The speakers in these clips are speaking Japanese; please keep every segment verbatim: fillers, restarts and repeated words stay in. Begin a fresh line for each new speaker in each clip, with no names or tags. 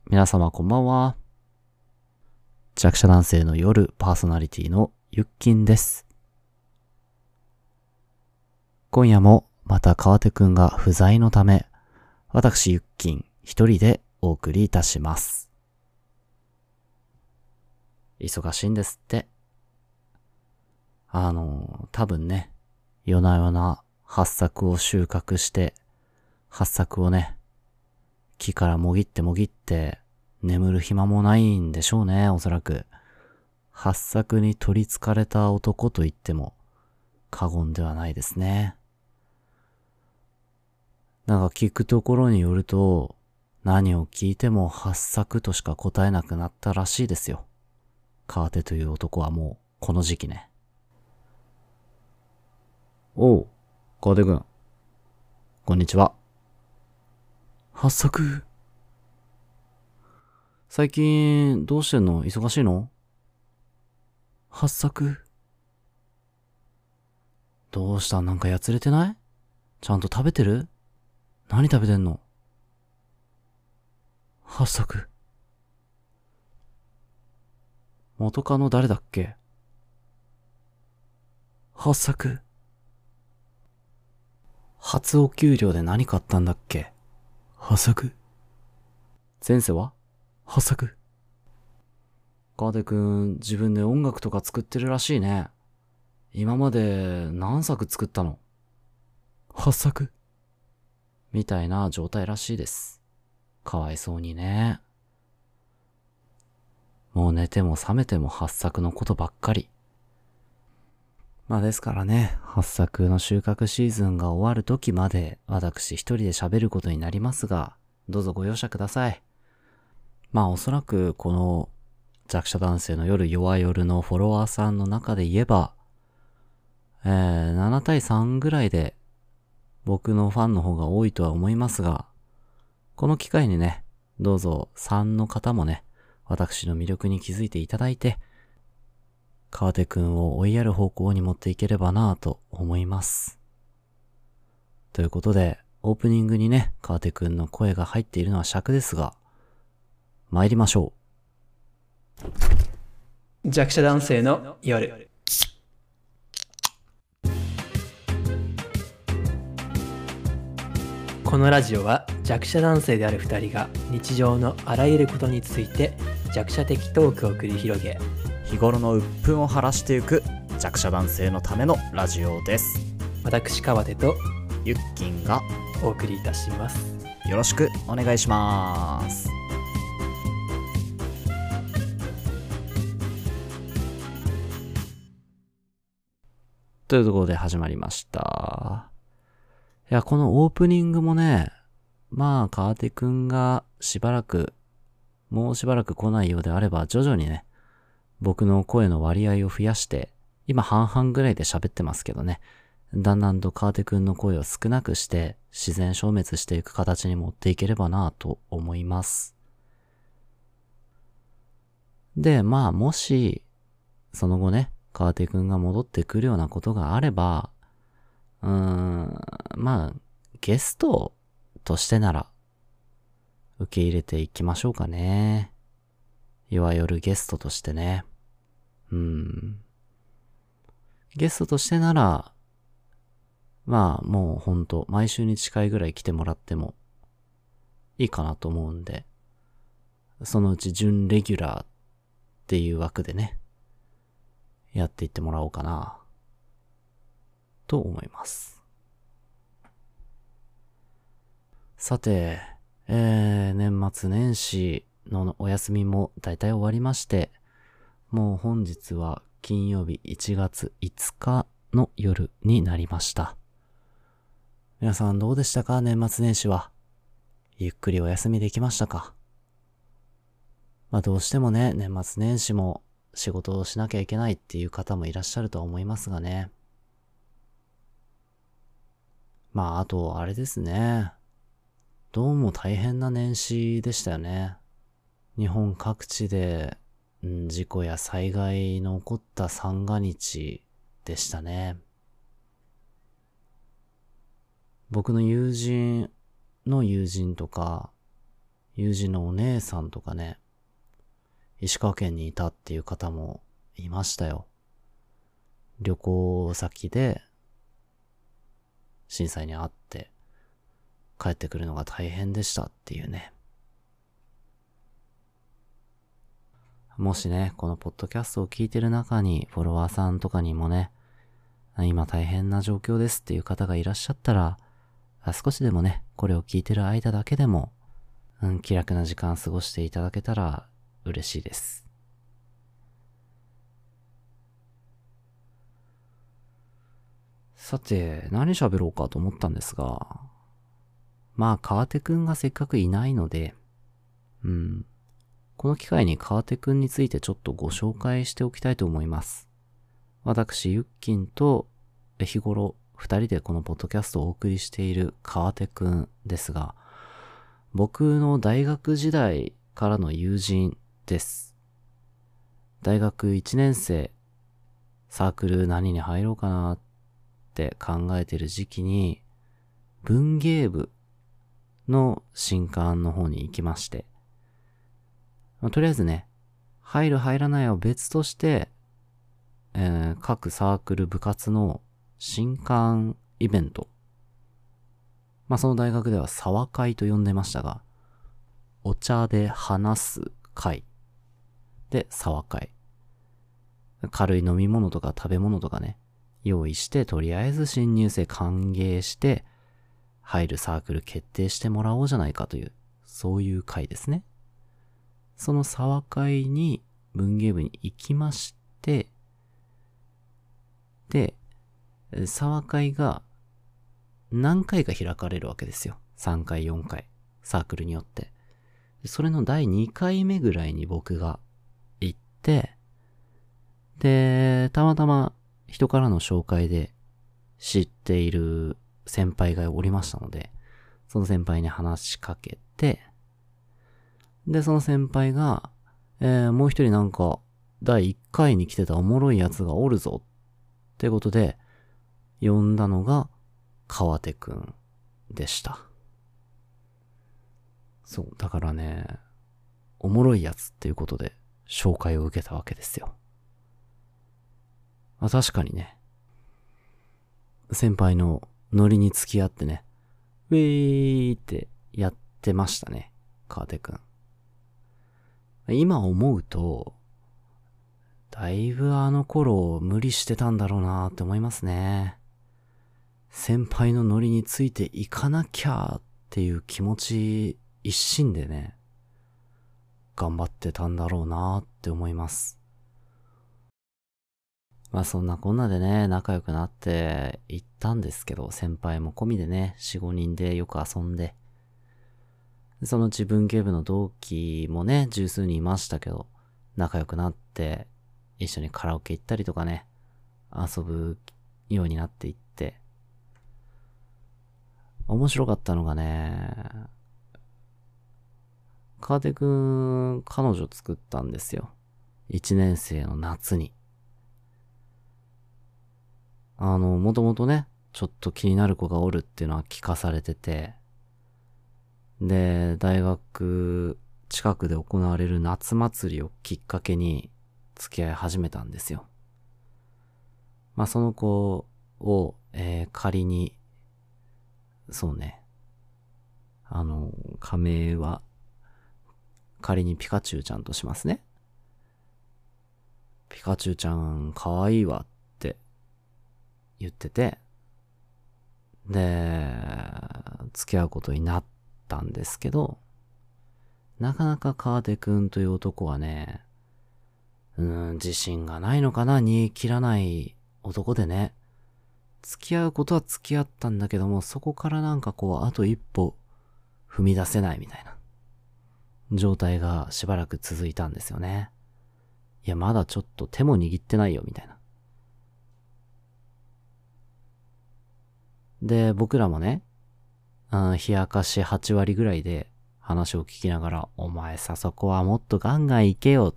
皆様こんばんは。弱者男性の夜パーソナリティのゆっきんです。今夜もまた川手くんが不在のため、私ゆっきん一人でお送りいたします。忙しいんですって。あの、多分ね、夜な夜な八作を収穫して、八作をね、木からもぎってもぎって眠る暇もないんでしょうね、おそらく。八作に取り憑かれた男と言っても過言ではないですね。なんか聞くところによると、何を聞いても八作としか答えなくなったらしいですよ。川手という男はもうこの時期ね。おう、川手くん。こんにちは。八作。最近どうしてんの？忙しいの？八作。どうした？なんかやつれてない？ちゃんと食べてる？何食べてんの？八作。元カノ誰だっけ？八作。初お給料で何買ったんだっけ？八作。前世は？八作。川手くん、自分で音楽とか作ってるらしいね。今まで何作作ったの？八作。みたいな状態らしいです。かわいそうにね。もう寝ても覚めても八作のことばっかり。まあですからね、八作の収穫シーズンが終わる時まで私一人で喋ることになりますが、どうぞご容赦ください。まあおそらくこの弱者男性の夜弱夜のフォロワーさんの中で言えば、えー、なな対さんぐらいで僕のファンの方が多いとは思いますが、この機会にね、どうぞさんの方もね、私の魅力に気づいていただいて、川手くんを追いやる方向に持っていければなぁと思います。ということで、オープニングにね、川手くんの声が入っているのは尺ですが、参りましょ
う。弱者男性の夜。このラジオは弱者男性であるふたりが日常のあらゆることについて弱者的トークを繰り広げ、
日頃の鬱憤を晴らしていく弱者男性のためのラジオです。
私川手と
ゆっきんが
お送りいたします。
よろしくお願いします。というところで始まりました。いや、このオープニングもね、まあ川手くんがしばらくもうしばらく来ないようであれば徐々にね、僕の声の割合を増やして、今半々ぐらいで喋ってますけどね、だんだんと川手くんの声を少なくして自然消滅していく形に持っていければなぁと思います。で、まあもしその後ね、川手くんが戻ってくるようなことがあれば、うーん、まあゲストとしてなら受け入れていきましょうかね。弱夜ゲストとしてね。うん。ゲストとしてなら、まあもうほんと毎週に近いぐらい来てもらってもいいかなと思うんで、そのうち準レギュラーっていう枠でね、やっていってもらおうかなと思います。さて、えー、年末年始のお休みもだいたい終わりまして、もう本日は金曜日いちがついつかの夜になりました。皆さんどうでしたか？年末年始は。ゆっくりお休みできましたか？まあどうしてもね、年末年始も仕事をしなきゃいけないっていう方もいらっしゃるとは思いますがね。まああとあれですね。どうも大変な年始でしたよね。日本各地で、うん、事故や災害の起こった三が日でしたね。僕の友人の友人とか、 友人のお姉さんとかね、石川県にいたっていう方もいましたよ。旅行先で震災に遭って帰ってくるのが大変でしたっていうね。もしね、このポッドキャストを聞いてる中にフォロワーさんとかにもね、今大変な状況ですっていう方がいらっしゃったら、少しでもね、これを聞いてる間だけでも、うん、気楽な時間過ごしていただけたら嬉しいです。さて、何喋ろうかと思ったんですが、まあ、川手くんがせっかくいないので、うん、この機会に川手くんについてちょっとご紹介しておきたいと思います。私、ゆっきんと日頃二人でこのポッドキャストをお送りしている川手くんですが、僕の大学時代からの友人です。大学いちねん生、サークル何に入ろうかなって考えてる時期に、文芸部の新刊の方に行きまして、まあ、とりあえずね、入る入らないは別として、えー、各サークル部活の新刊イベント。まあその大学では沢会と呼んでましたが、お茶で話す会で沢会。軽い飲み物とか食べ物とかね、用意してとりあえず新入生歓迎して入るサークル決定してもらおうじゃないかという、そういう会ですね。その沢会に文芸部に行きまして、で、沢会が何回か開かれるわけですよ。さんかいよんかい、サークルによって。それのだいにかいめぐらいに僕が行って、で、たまたま人からの紹介で知っている先輩がおりましたので、その先輩に話しかけて、で、その先輩が、えー、もう一人なんかだいいっかいに来てたおもろいやつがおるぞってことで呼んだのが川手くんでした。そう、だからね、おもろいやつっていうことで紹介を受けたわけですよ。まあ確かにね、先輩のノリに付き合ってね、ウェーってやってましたね、川手くん。今思うと、だいぶあの頃無理してたんだろうなって思いますね。先輩のノリについていかなきゃっていう気持ち一心でね、頑張ってたんだろうなって思います。まあそんなこんなでね、仲良くなって行ったんですけど、先輩も込みでね、よん、ごにんでよく遊んで、そのうち文芸部の同期もね、十数人いましたけど、仲良くなって、一緒にカラオケ行ったりとかね、遊ぶようになっていって、面白かったのがね、川手くん、彼女作ったんですよ。一年生の夏に。あの、もともとね、ちょっと気になる子がおるっていうのは聞かされてて、で、大学近くで行われる夏祭りをきっかけに付き合い始めたんですよ。まあその子を、えー、仮に、そうね、あの、仮名は、仮にピカチュウちゃんとしますね。ピカチュウちゃんかわいいわって言ってて、で、付き合うことになったんですけど、なかなか川手くんという男はね、うーん、自信がないのかな、煮え切らない男でね、付き合うことは付き合ったんだけども、そこからなんかこう、あと一歩踏み出せないみたいな状態がしばらく続いたんですよね。いや、まだちょっと手も握ってないよみたいな。で、僕らもね、うん、冷やかしはちわりぐらいで話を聞きながら、お前さ、そこはもっとガンガン行けよと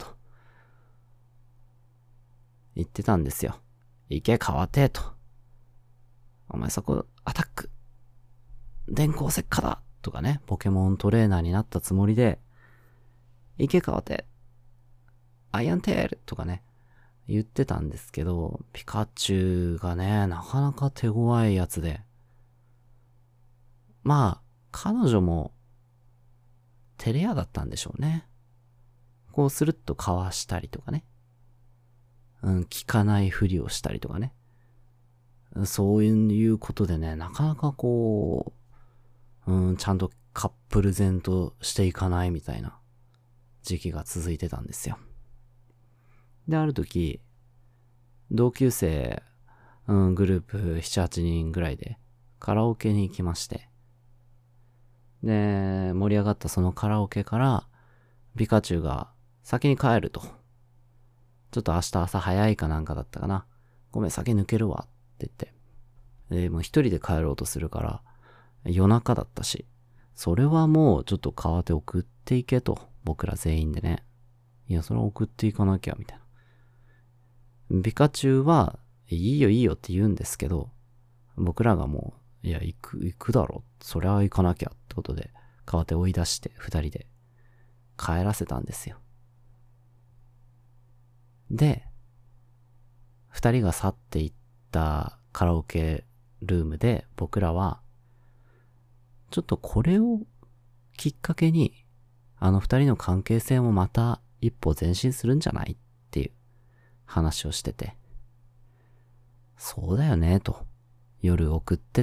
言ってたんですよ。行け川手と。お前そこアタック電光石火だとかね、ポケモントレーナーになったつもりで、いけ川手、アイアンテールとかね、言ってたんですけど、ピカチュウがね、なかなか手強いやつで、まあ、彼女も、照れ屋だったんでしょうね。こうスルッとかわしたりとかね。うん、聞かないふりをしたりとかね。そういうことでね、なかなかこう、うん、ちゃんとカップル前としていかないみたいな時期が続いてたんですよ。で、ある時、同級生、うん、グループなな、はちにんぐらいでカラオケに行きまして。で、盛り上がったそのカラオケから、ピカチュウが先に帰ると。ちょっと明日朝早いかなんかだったかな。ごめん、先抜けるわって言って。で、もう一人で帰ろうとするから、夜中だったし、それはもうちょっと川手送っていけと。僕ら全員でね。いや、それ送っていかなきゃ、みたいな。ピカチュウは、いいよいいよって言うんですけど、僕らがもう、いや、行く、行くだろ。そりゃ行かなきゃってことで、川手追い出して二人で帰らせたんですよ。で、二人が去っていったカラオケルームで僕らは、ちょっとこれをきっかけに、あの二人の関係性もまた一歩前進するんじゃないっていう話をしてて。そうだよね、と。夜送ってって、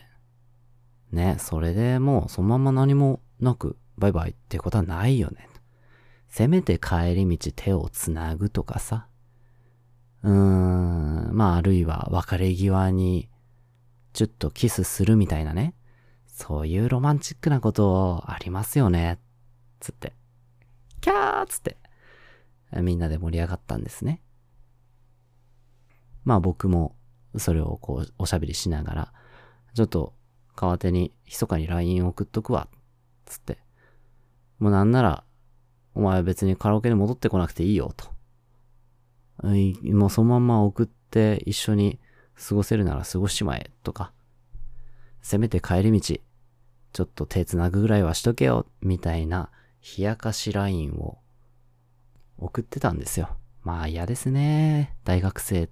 ね、それでもうそのまま何もなくバイバイってことはないよね。せめて帰り道手をつなぐとかさ。うーん、まああるいは別れ際にちょっとキスするみたいなね。そういうロマンチックなことありますよね。つって。キャーつって。みんなで盛り上がったんですね。まあ僕もそれをこうおしゃべりしながら、ちょっと川手に密かに ライン 送っとくわ。つって。もうなんなら、お前別にカラオケに戻ってこなくていいよと。もうそのまんま送って一緒に過ごせるなら過ごしちまえとか。せめて帰り道、ちょっと手つなぐぐらいはしとけよ、みたいな冷やかし ライン を送ってたんですよ。まあ嫌ですね、大学生って。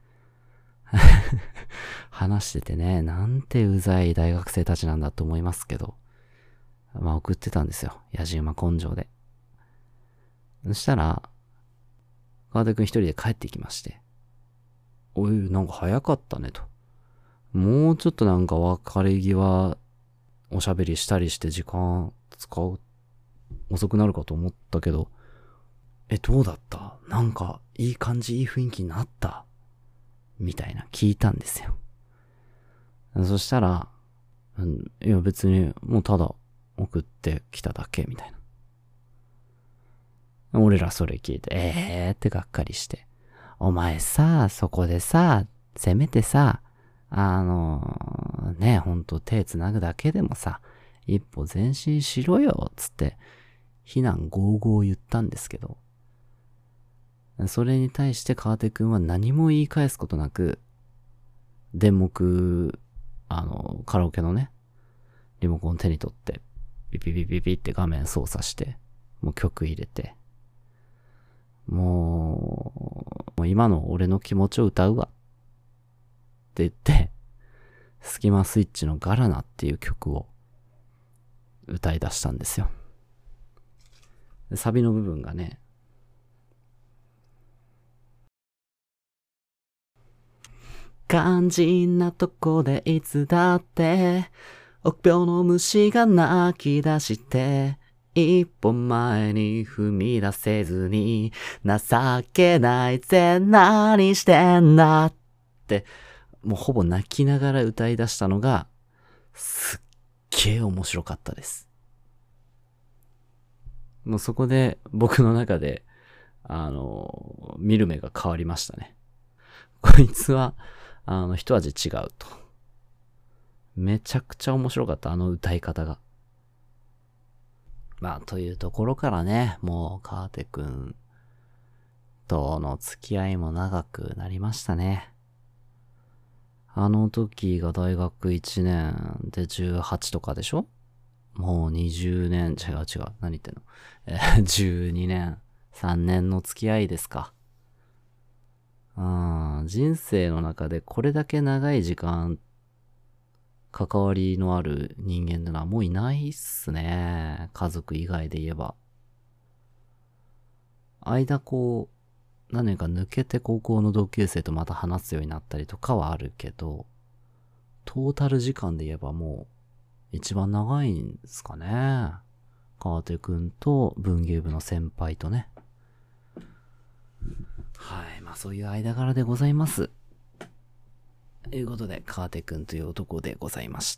話しててね、なんてうざい大学生たちなんだと思いますけど。まあ送ってたんですよ。やじ馬根性で。そしたら、川手くん一人で帰ってきまして。おい、なんか早かったねと。もうちょっとなんか別れ際、おしゃべりしたりして時間使う、遅くなるかと思ったけど、え、どうだった？なんかいい感じ、いい雰囲気になった？みたいな聞いたんですよ。そしたら、うん、いや別にもうただ送ってきただけみたいな。俺らそれ聞いて、えーってがっかりして。お前さ、そこでさ、せめてさ、あのー、ね、ほんと手つなぐだけでもさ、一歩前進しろよ、つって、非難合々言ったんですけど、それに対して川手くんは何も言い返すことなく、電目、あの、カラオケのね、リモコン手に取って、ピピピピピって画面操作して、もう曲入れて、もう、もう今の俺の気持ちを歌うわ。って言って、スキマスイッチのガラナっていう曲を歌い出したんですよ。サビの部分がね、肝心なとこでいつだって臆病の虫が泣き出して一歩前に踏み出せずに情けないぜ何してんだってもうほぼ泣きながら歌い出したのがすっげえ面白かったです。もうそこで僕の中であの見る目が変わりましたね。こいつはあの一味違うと。めちゃくちゃ面白かったあの歌い方が。まあというところからね、もう川手くんとの付き合いも長くなりましたね。あの時が大学いちねんでじゅうはちとかでしょ？ もうにじゅうねん、違う違う、何言ってんの。えー、じゅうにねん、さんねんの付き合いですか。うん、人生の中でこれだけ長い時間、関わりのある人間ってのはもういないっすね。家族以外で言えば。間こう、何年か抜けて高校の同級生とまた話すようになったりとかはあるけど、トータル時間で言えばもう一番長いんですかね。川手くんと文芸部の先輩とね。はい、まあそういう間柄でございます。ということで、川手くんという男でございました。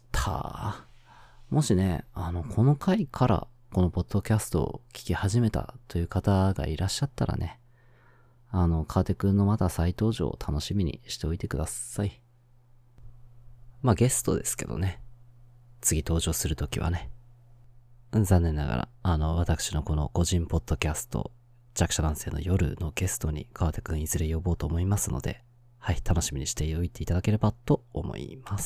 もしね、あの、この回からこのポッドキャストを聞き始めたという方がいらっしゃったらね、あの、川手くんのまた再登場を楽しみにしておいてください。まあゲストですけどね。次登場するときはね。残念ながら、あの、私のこの個人ポッドキャスト、弱者男性の夜のゲストに川手くんいずれ呼ぼうと思いますので、はい、楽しみにしておいていただければと思います。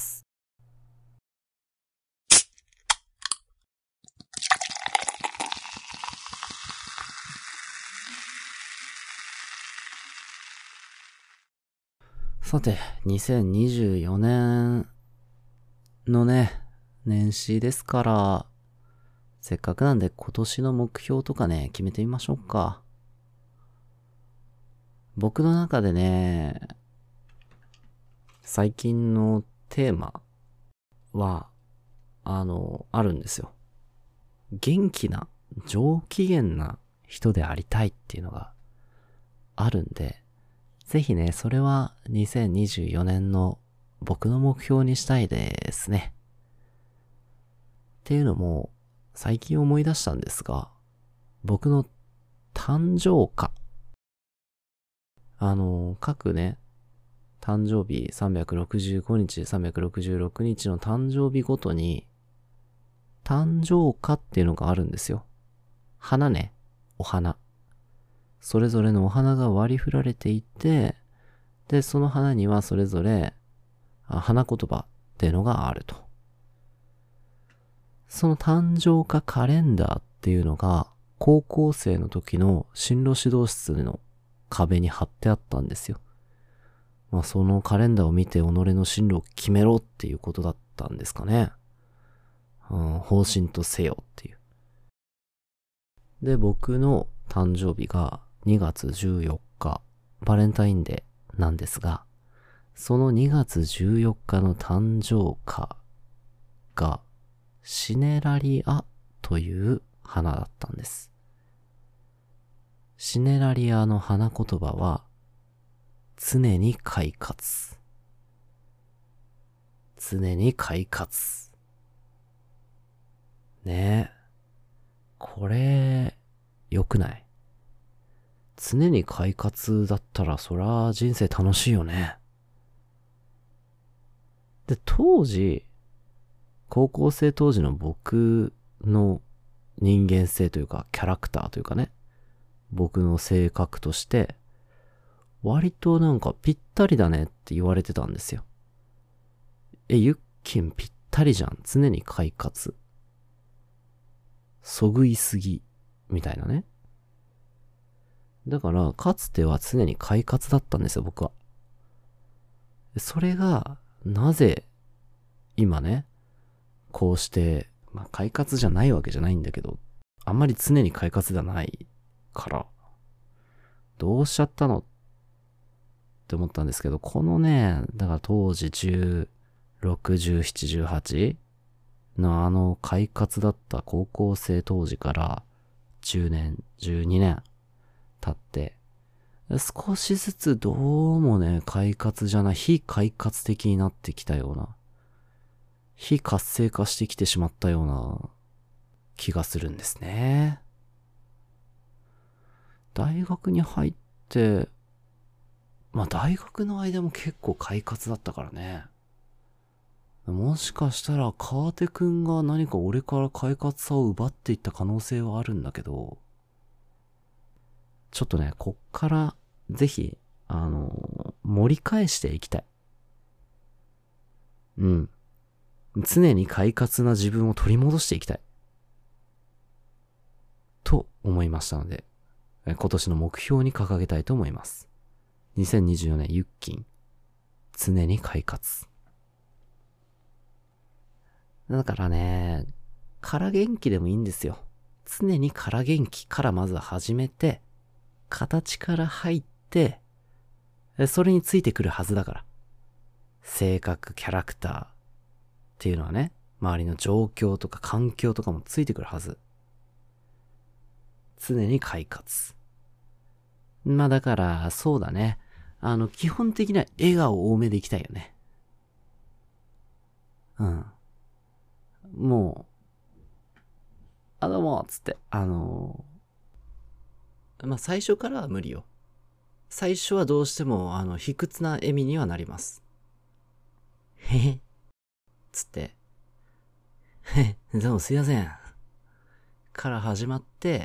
さて、にせんにじゅうよねんのね、年始ですから、せっかくなんで今年の目標とかね、決めてみましょうか。僕の中でね、最近のテーマは、あの、あるんですよ。元気な、上機嫌な人でありたいっていうのがあるんで、ぜひね、それはにせんにじゅうよねんの僕の目標にしたいですね。っていうのも、最近思い出したんですが、僕の誕生花。あの、各ね、誕生日さんびゃくろくじゅうごにち、さんびゃくろくじゅうろくにちの誕生日ごとに、誕生花っていうのがあるんですよ。花ね。お花。それぞれのお花が割り振られていて、で、その花にはそれぞれ、花言葉っていうのがあると。その誕生花カレンダーっていうのが、高校生の時の進路指導室の壁に貼ってあったんですよ。まあそのカレンダーを見て己の進路を決めろっていうことだったんですかね。うん、方針とせよっていう。で、僕の誕生日がにがつじゅうよっか、バレンタインデーなんですが、そのにがつじゅうよっかの誕生花がシネラリアという花だったんです。シネラリアの花言葉は、常に快活。常に快活。ねえ。これ、良くない？常に快活だったら、そら人生楽しいよね。で、当時、高校生当時の僕の人間性というか、キャラクターというかね、僕の性格として、割となんかぴったりだねって言われてたんですよ。え、ユッキンぴったりじゃん。常に快活。そぐいすぎ。みたいなね。だから、かつては常に快活だったんですよ、僕は。それが、なぜ、今ね、こうして、まあ、快活じゃないわけじゃないんだけど、あんまり常に快活ではないから、どうしちゃったのって思ったんですけど、このね、だから当時じゅうろく、じゅうなな、じゅうはちのあの快活だった高校生当時からじゅうねん、じゅうにねん経って、少しずつどうもね、快活じゃない、非快活的になってきたような、非活性化してきてしまったような気がするんですね。大学に入って、まあ大学の間も結構快活だったからね。もしかしたら川手くんが何か俺から快活さを奪っていった可能性はあるんだけど、ちょっとね、こっからぜひ、あの、盛り返していきたい。うん。常に快活な自分を取り戻していきたい。 と思いましたので、今年の目標に掲げたいと思います。にせんにじゅうよねんユッキン、常に快活。だからね、から元気でもいいんですよ。常にから元気からまずは始めて、形から入って、それについてくるはずだから。性格、キャラクターっていうのはね、周りの状況とか環境とかもついてくるはず。常に快活。まあだから、そうだね。あの、基本的な笑顔多めでいきたいよね。うん。もう、あ、どうも、つって、あのー、まあ最初からは無理よ。最初はどうしても、あの、卑屈な笑みにはなります。へへ。つって、へへ、どうもすいません。から始まって、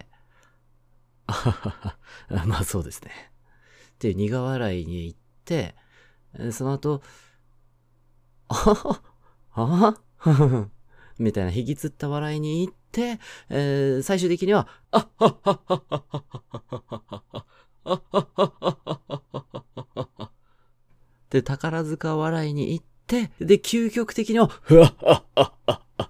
あははは、まあそうですね。っていう苦笑いに行って、その後、あはは、あはは、みたいな引きつった笑いに行って、えー、最終的には、あっはっはっはっはっはっはっはっはっはっはっはで、宝塚笑いに行って、で、究極的には、ふわっはっはっはっは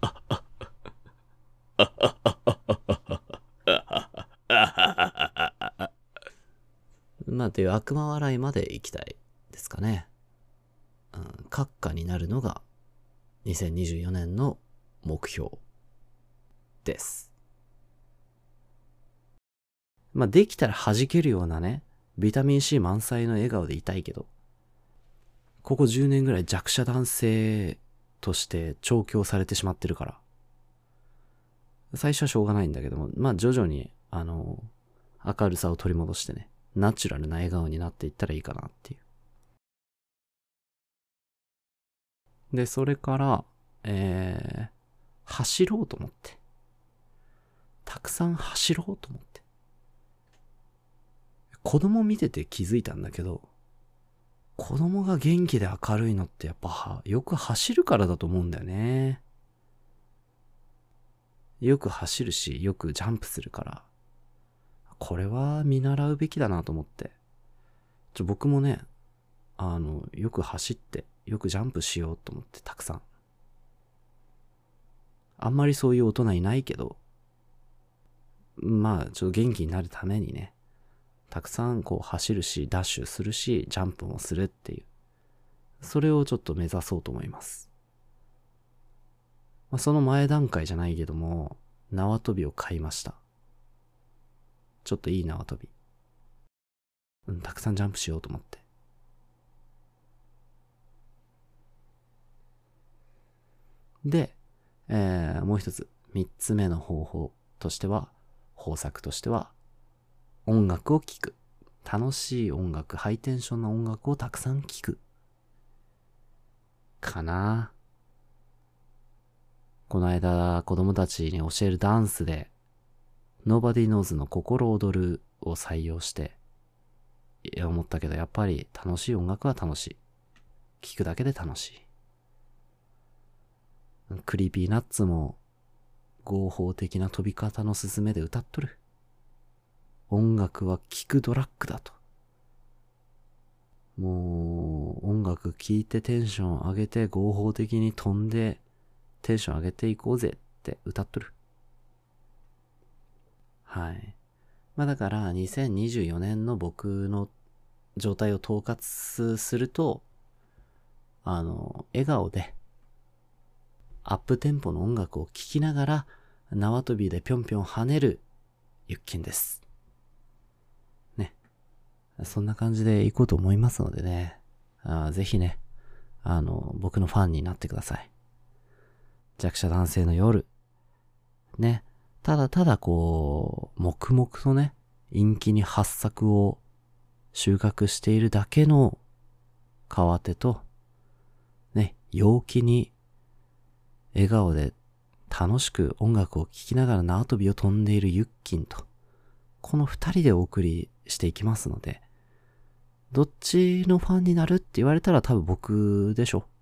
まあ、という悪魔笑いまで行きたいですかね。うん、閣下になるのがにせんにじゅうよねんの目標です。まあ、できたら弾けるようなね、ビタミン C 満載の笑顔でいたいけど、ここじゅうねんぐらい弱者男性として調教されてしまってるから、最初はしょうがないんだけども、まあ徐々に、あの、明るさを取り戻してね、ナチュラルな笑顔になっていったらいいかなっていう。で、それから、えー、走ろうと思って。たくさん走ろうと思って。子供見てて気づいたんだけど、子供が元気で明るいのってやっぱよく走るからだと思うんだよね。よく走るし、よくジャンプするから、これは見習うべきだなと思って。ちょ、僕もね、あの、よく走って、よくジャンプしようと思って、たくさん。あんまりそういう大人いないけど、まあ、ちょっと元気になるためにね、たくさんこう走るし、ダッシュするし、ジャンプもするっていう。それをちょっと目指そうと思います。まあ、その前段階じゃないけども、縄跳びを買いました。ちょっといい縄跳び。うん、たくさんジャンプしようと思って。で、えー、もう一つ、三つ目の方法としては、方策としては、音楽を聴く。楽しい音楽、ハイテンションな音楽をたくさん聴く。かな。この間、子供たちに教えるダンスで、Nobody Knows の心躍るを採用して、いや、思ったけど、やっぱり楽しい音楽は楽しい。聴くだけで楽しい。クリーピーナッツも合法的な飛び方のすすめで歌っとる。音楽は聴くドラッグだと。もう音楽聴いてテンション上げて合法的に飛んでテンション上げていこうぜって歌っとる。はい。まあだからにせんにじゅうよねんの僕の状態を統括すると、あの、笑顔でアップテンポの音楽を聴きながら縄跳びでぴょんぴょん跳ねるゆっきんです。ね。そんな感じでいこうと思いますのでね。あぜひね、あの、僕のファンになってください。弱者男性の夜。ね。ただただこう、黙々とね、陰気に発作を収穫しているだけの川手と、ね、陽気に笑顔で楽しく音楽を聴きながら縄跳びを飛んでいるユッキンと、この二人でお送りしていきますので、どっちのファンになるって言われたら多分僕でしょ。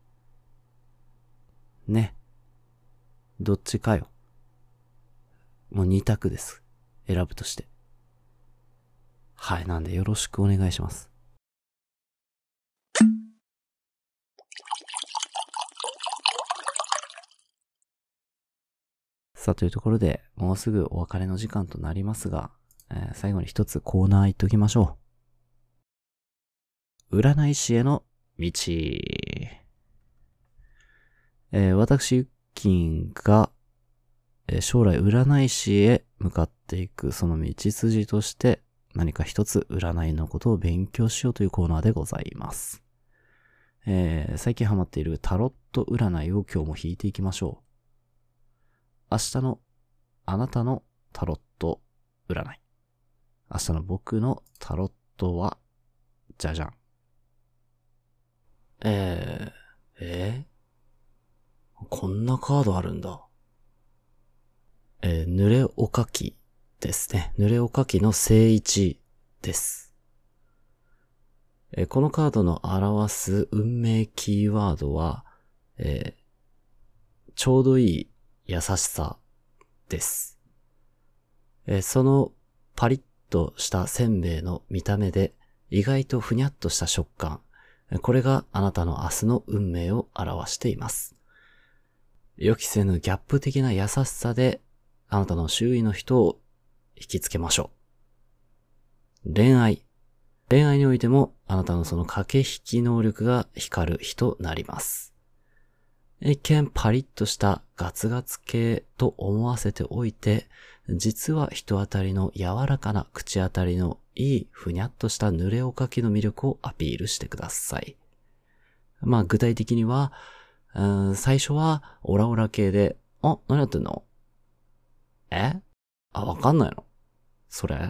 ね。どっちかよ。 もうに択です。選ぶとして。はい。なんでよろしくお願いします。さあ、というところで、もうすぐお別れの時間となりますが、えー、最後に一つコーナー行っときましょう。占い師への道。えー、私、ゆっきんが、えー、将来占い師へ向かっていくその道筋として、何か一つ占いのことを勉強しようというコーナーでございます。えー、最近ハマっているタロット占いを今日も引いていきましょう。明日のあなたのタロット占い。明日の僕のタロットは、じゃじゃん。えー、えー、こんなカードあるんだ。えー、濡れおかきですね。濡れおかきの正位置です。えー、このカードの表す運命キーワードは、えー、ちょうどいい優しさです。えー、そのパリッとしたせんべいの見た目で意外とふにゃっとした食感。これがあなたの明日の運命を表しています。予期せぬギャップ的な優しさであなたの周囲の人を引きつけましょう。恋愛。恋愛においてもあなたのその駆け引き能力が光る日となります。一見パリッとしたガツガツ系と思わせておいて、実は人当たりの柔らかな口当たりのいいふにゃっとした濡れおかきの魅力をアピールしてください。まあ具体的には、うん、最初はオラオラ系で、あ、何やってんの？え？あ、わかんないの？それ？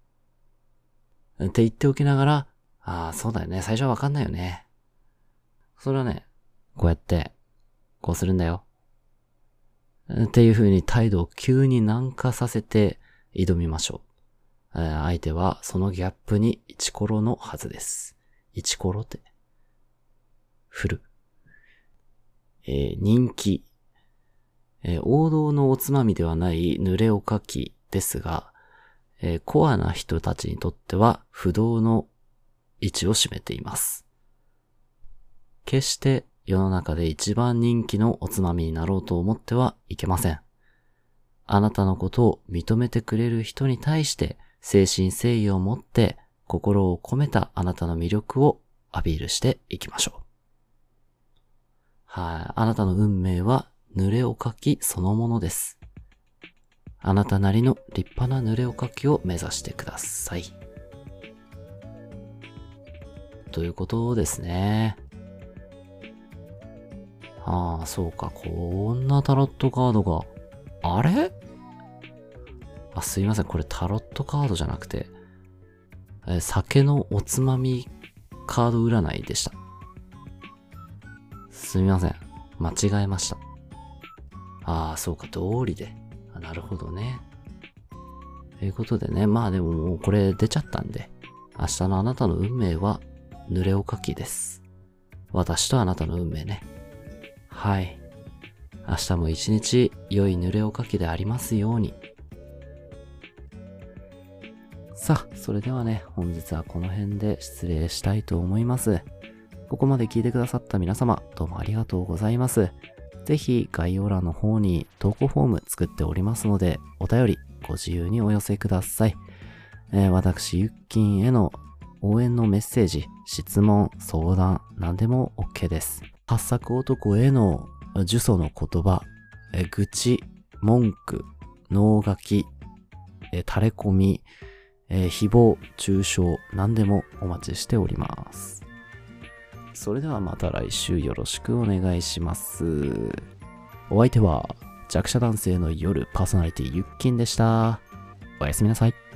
って言っておきながら、ああ、そうだよね。最初はわかんないよね。それはね、こうやって、こうするんだよ。っていう風に態度を急に軟化させて挑みましょう。えー、相手はそのギャップにイチコロのはずです。イチコロって。振る。えー、人気。えー、王道のおつまみではない濡れおかきですが、えー、コアな人たちにとっては不動の位置を占めています。決して世の中で一番人気のおつまみになろうと思ってはいけません。あなたのことを認めてくれる人に対して誠心誠意を持って心を込めたあなたの魅力をアピールしていきましょう。はい、あなたの運命は濡れおかきそのものです。あなたなりの立派な濡れおかきを目指してください。ということですね。ああ、そうか。こんなタロットカードが。あれ？あ、すいません。これタロットカードじゃなくて、え酒のおつまみカード占いでした。すみません。間違えました。ああ、そうか。道理で。あ、なるほどね。ということでね。まあでももうこれ出ちゃったんで、明日のあなたの運命は濡れおかきです。私とあなたの運命ね。はい。明日も一日良い濡れおかきでありますように。さあ、それではね、本日はこの辺で失礼したいと思います。ここまで聞いてくださった皆様、どうもありがとうございます。ぜひ概要欄の方に投稿フォーム作っておりますので、お便りご自由にお寄せください。えー、私、ゆっきんへの応援のメッセージ、質問、相談、何でも OK です。八作男への呪詛の言葉、え愚痴、文句、脳書き、え垂れ込み、え誹謗、中傷、何でもお待ちしております。それではまた来週よろしくお願いします。お相手は弱者男性の夜パーソナリティゆっきんでした。おやすみなさい。